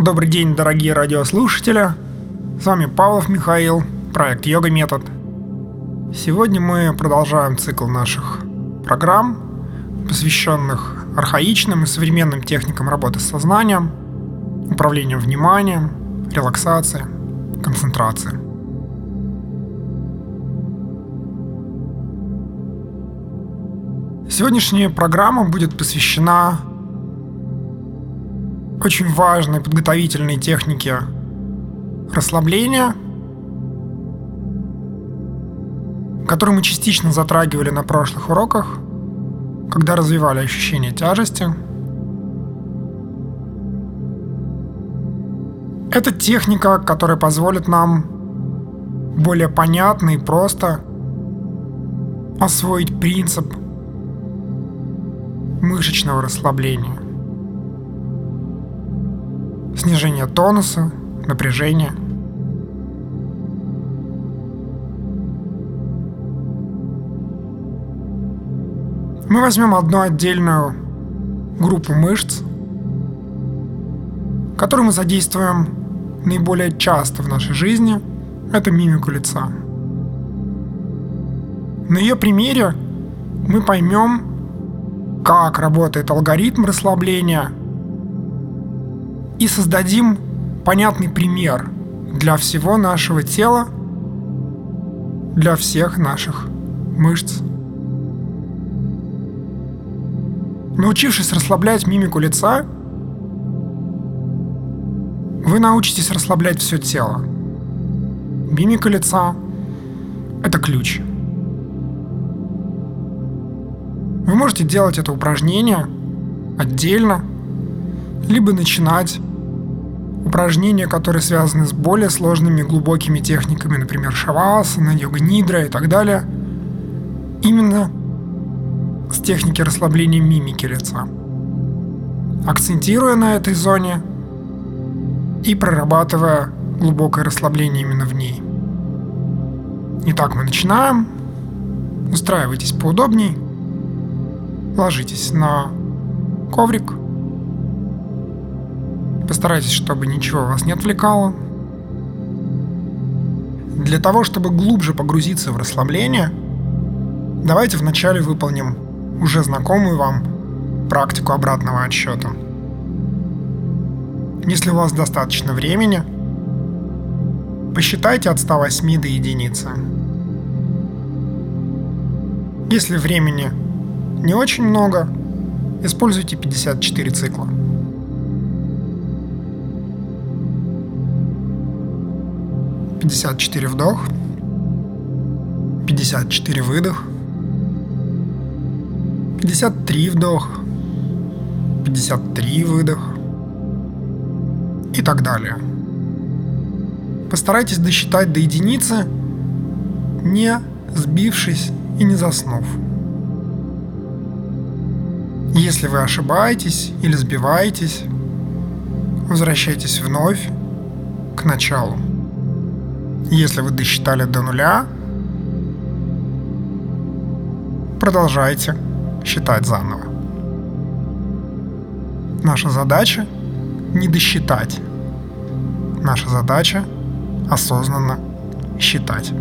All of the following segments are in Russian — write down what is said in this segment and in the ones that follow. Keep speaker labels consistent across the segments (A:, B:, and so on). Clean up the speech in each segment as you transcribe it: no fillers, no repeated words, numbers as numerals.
A: Добрый день, дорогие радиослушатели. С вами Павлов Михаил, проект Йога Метод. Сегодня мы продолжаем цикл наших программ, посвященных архаичным и современным техникам работы с сознанием, управлением вниманием, релаксации, концентрации. Сегодняшняя программа будет посвящена очень важной подготовительной технике расслабления, которую мы частично затрагивали на прошлых уроках, когда развивали ощущение тяжести. Это техника, которая позволит нам более понятно и просто освоить принцип мышечного расслабления, снижение тонуса, напряжения. Мы возьмем одну отдельную группу мышц, которую мы задействуем наиболее часто в нашей жизни. Это мимику лица. На ее примере мы поймем, как работает алгоритм расслабления, и создадим понятный пример для всего нашего тела, для всех наших мышц. Научившись расслаблять мимику лица, вы научитесь расслаблять все тело. Мимика лица — это ключ. Вы можете делать это упражнение отдельно, либо начинать упражнения, которые связаны с более сложными глубокими техниками, например, шавасана, йога-нидра и так далее, именно с техники расслабления мимики лица, акцентируя на этой зоне и прорабатывая глубокое расслабление именно в ней. Итак, мы начинаем. Устраивайтесь поудобней. Ложитесь на коврик. Постарайтесь, чтобы ничего вас не отвлекало. Для того, чтобы глубже погрузиться в расслабление, давайте вначале выполним уже знакомую вам практику обратного отсчета. Если у вас достаточно времени, посчитайте от 108 до единицы. Если времени не очень много, используйте 54 цикла. (54 вдох, 54 выдох, 53 вдох, 53 выдох и так далее. Постарайтесь досчитать до единицы, не сбившись и не заснув. Если вы ошибаетесь или сбиваетесь, возвращайтесь вновь к началу. Если вы досчитали до нуля, продолжайте считать заново. Наша задача — не досчитать. Наша задача — осознанно считать.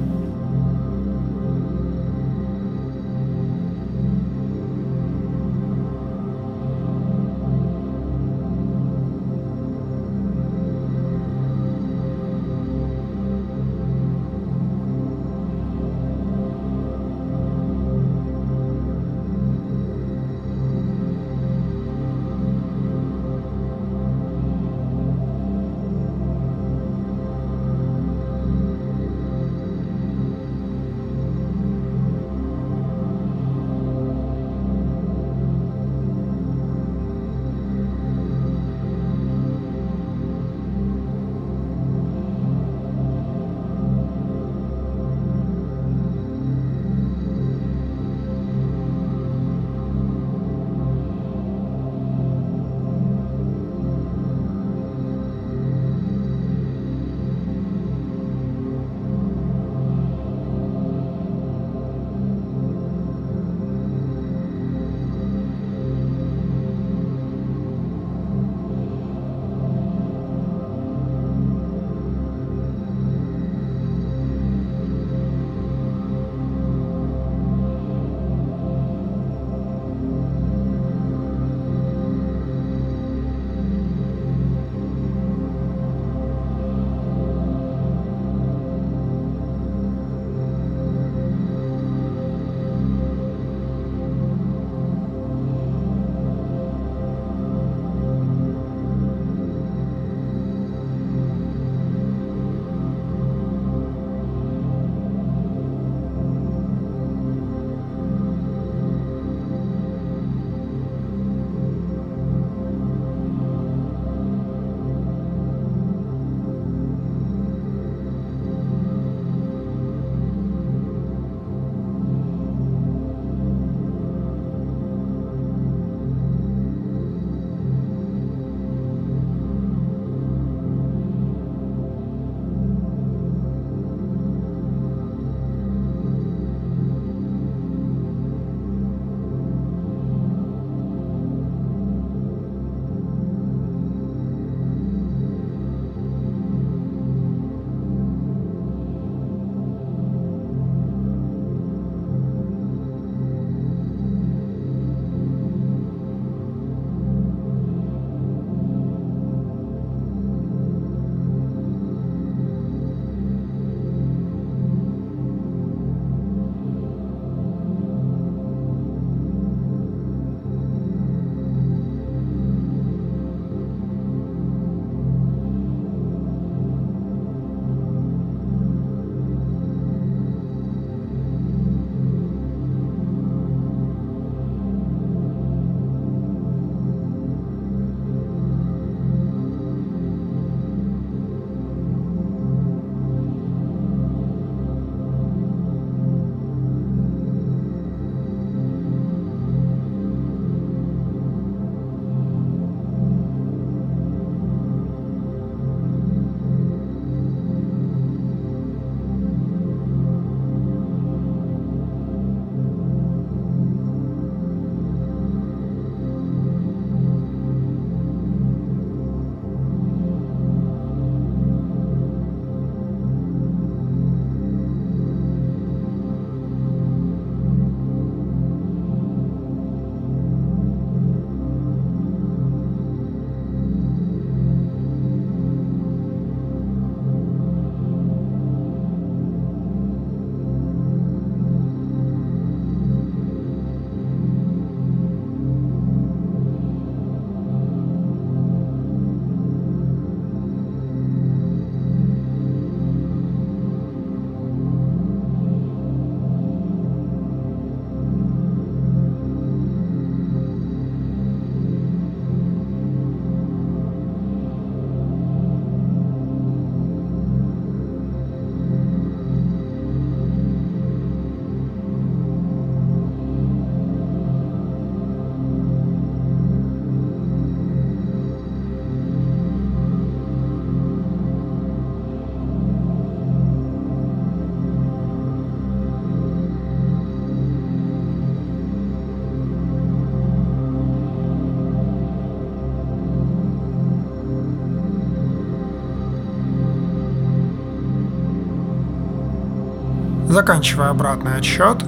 A: Заканчивая обратный отсчет,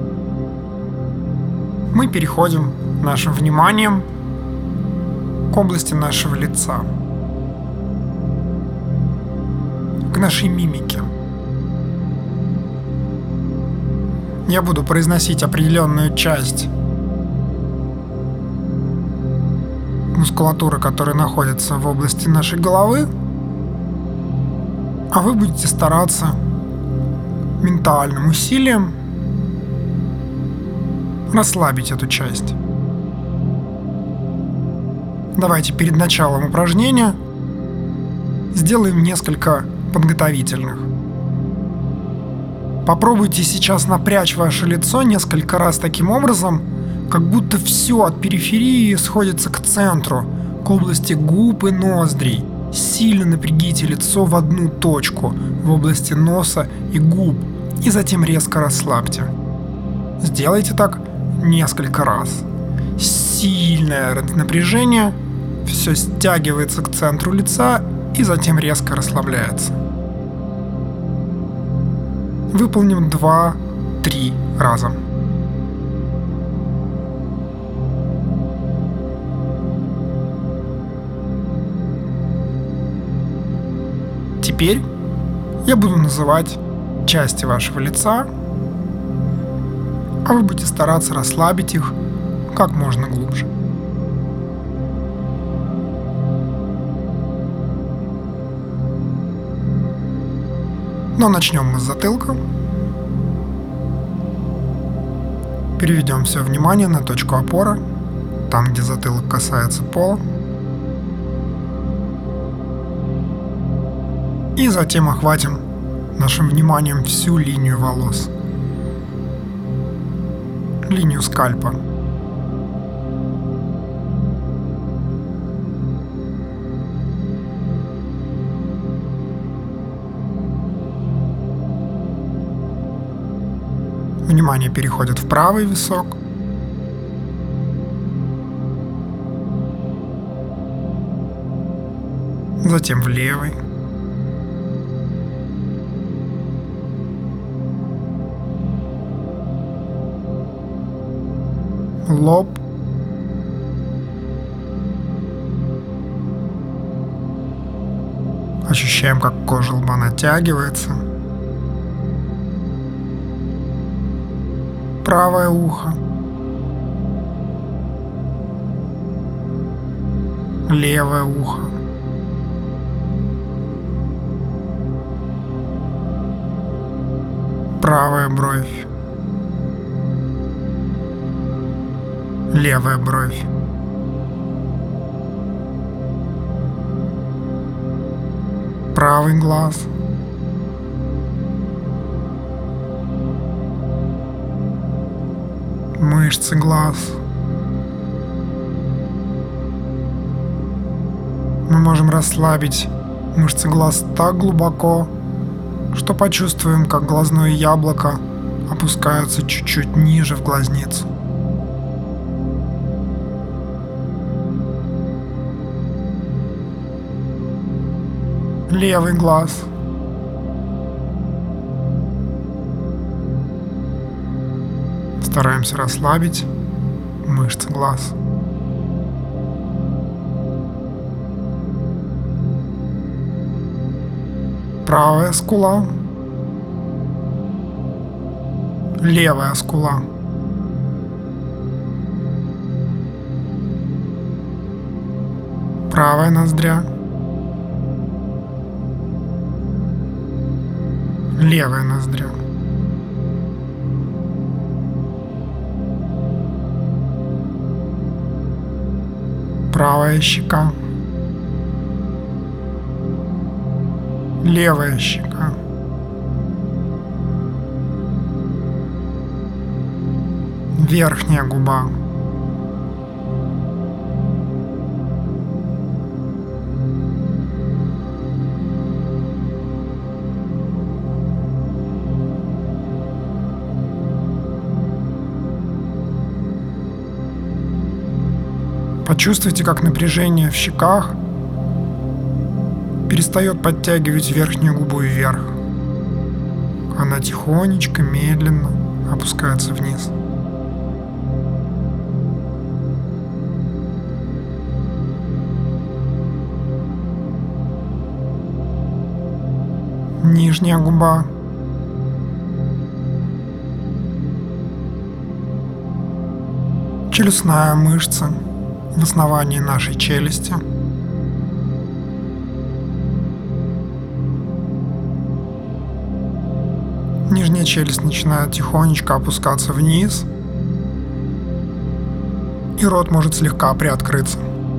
A: мы переходим нашим вниманием к области нашего лица, к нашей мимике. Я буду произносить определенную часть мускулатуры, которая находится в области нашей головы, а вы будете стараться ментальным усилием расслабить эту часть. Давайте перед началом упражнения сделаем несколько подготовительных. Попробуйте сейчас напрячь ваше лицо несколько раз таким образом, как будто все от периферии сходится к центру, к области губ и ноздрей. Сильно напрягите лицо в одну точку, в области носа и губ, и затем резко расслабьте. Сделайте так несколько раз. Сильное напряжение, все стягивается к центру лица и затем резко расслабляется. Выполним 2-3 раза. Теперь я буду называть части вашего лица, а вы будете стараться расслабить их как можно глубже. Но начнем мы с затылка. Переведем все внимание на точку опоры, там, где затылок касается пола. И затем охватим нашим вниманием всю линию волос, линию скальпа. Внимание переходит в правый висок. Затем в левый. Лоб. Ощущаем, как кожа лба натягивается. Правое ухо. Левое ухо. Правая бровь. Левая бровь. Правый глаз. Мышцы глаз. Мы можем расслабить мышцы глаз так глубоко, что почувствуем, как глазное яблоко опускается чуть-чуть ниже в глазницу. Левый глаз. Стараемся расслабить мышцы глаз. Правая скула. Левая скула. Правая ноздря. Левая ноздря. Правая щека. Левая щека. Верхняя губа. Почувствуйте, как напряжение в щеках перестает подтягивать верхнюю губу вверх. она тихонечко, медленно опускается вниз. Нижняя губа. Челюстная мышца в основании нашей челюсти. Нижняя челюсть начинает тихонечко опускаться вниз, и рот может слегка приоткрыться.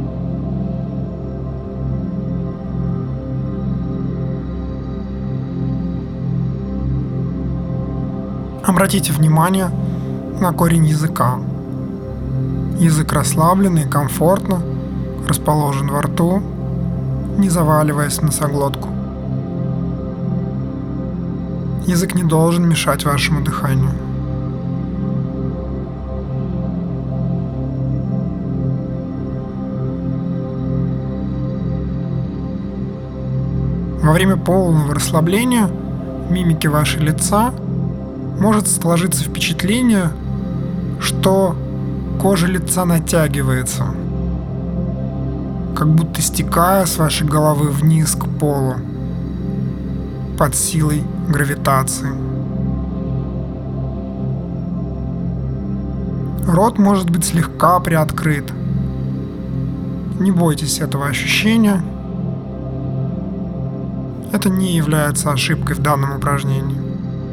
A: Обратите внимание на корень языка. Язык расслабленный, комфортно расположен во рту, не заваливаясь в носоглотку. Язык не должен мешать вашему дыханию. Во время полного расслабления мимики вашего лица может сложиться впечатление, что кожа лица натягивается, как будто стекая с вашей головы вниз к полу под силой гравитации. Рот может быть слегка приоткрыт. Не бойтесь этого ощущения. Это не является ошибкой в данном упражнении.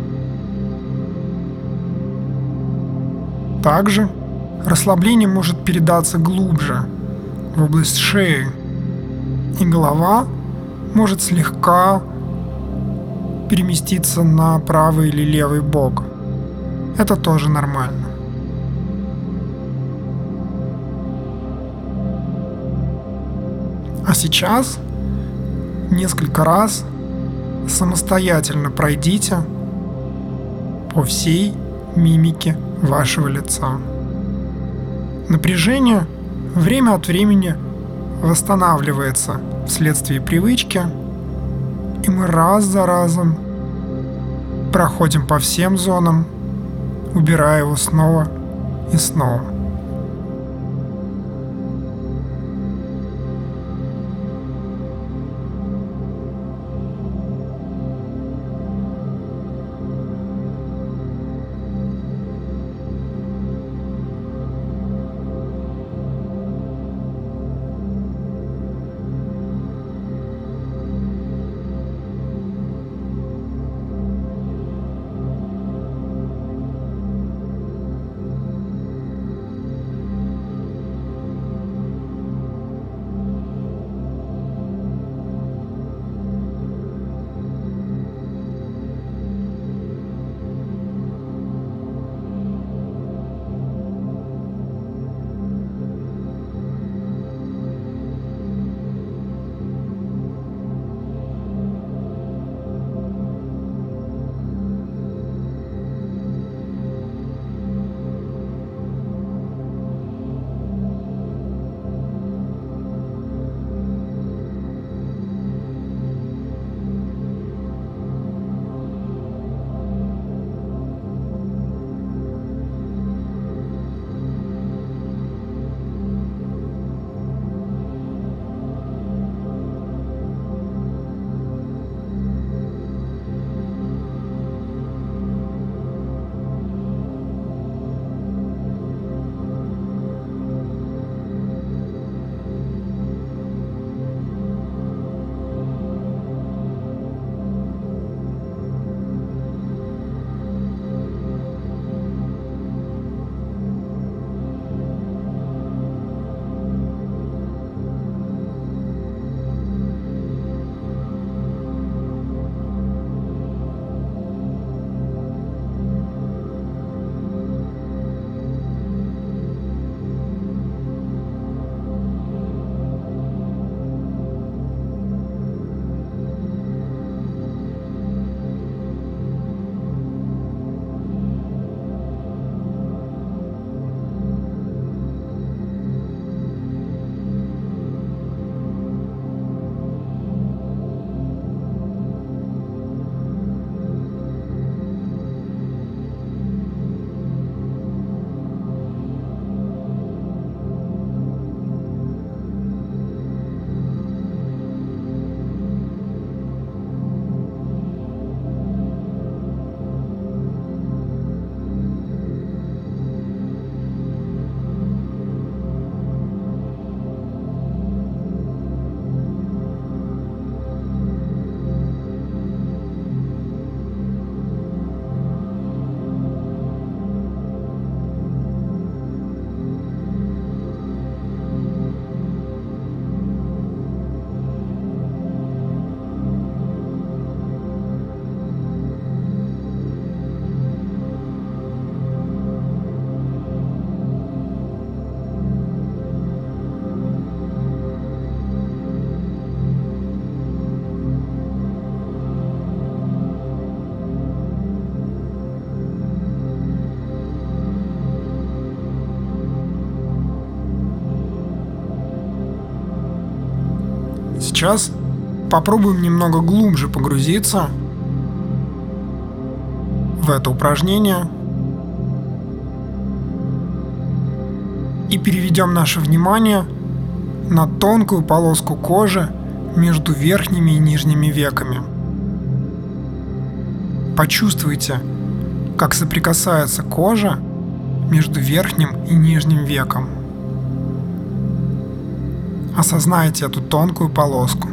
A: Также расслабление может передаться глубже, в область шеи, и голова может слегка переместиться на правый или левый бок. Это тоже нормально. А сейчас несколько раз самостоятельно пройдите по всей мимике вашего лица. Напряжение время от времени восстанавливается вследствие привычки, и мы раз за разом проходим по всем зонам, убирая его снова и снова. сейчас попробуем немного глубже погрузиться в это упражнение и переведем наше внимание на тонкую полоску кожи между верхними и нижними веками. Почувствуйте, как соприкасается кожа между верхним и нижним веком. Осознайте эту тонкую полоску.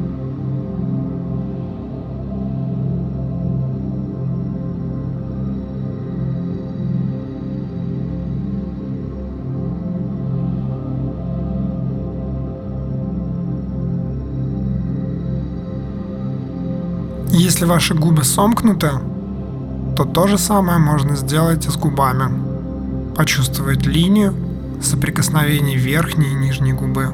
A: Если ваши губы сомкнуты, то же самое можно сделать и с губами. Почувствовать линию соприкосновения верхней и нижней губы.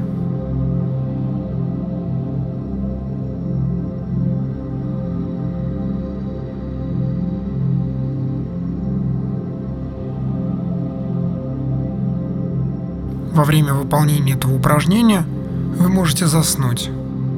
A: Во время выполнения этого упражнения вы можете заснуть.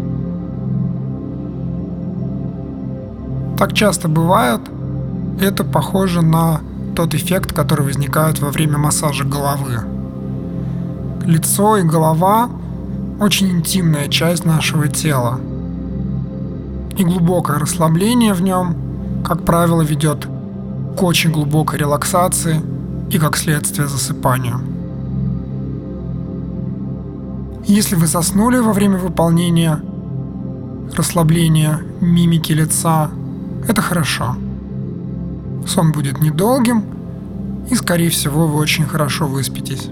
A: Так часто бывает, это похоже на тот эффект, который возникает во время массажа головы. Лицо и голова – очень интимная часть нашего тела. И глубокое расслабление в нем, как правило, ведет к очень глубокой релаксации и, как следствие, засыпанию. Если вы заснули во время выполнения расслабления мимики лица, это хорошо. Сон будет недолгим, и, скорее всего, вы очень хорошо выспитесь.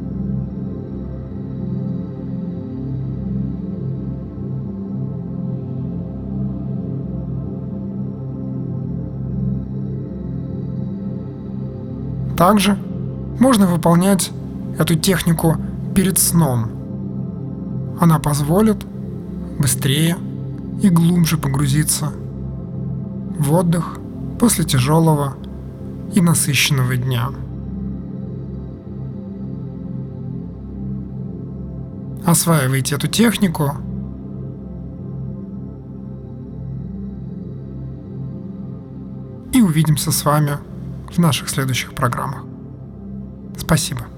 A: Также можно выполнять эту технику перед сном. Она позволит быстрее и глубже погрузиться в отдых после тяжелого и насыщенного дня. Осваивайте эту технику и увидимся с вами в наших следующих программах. Спасибо.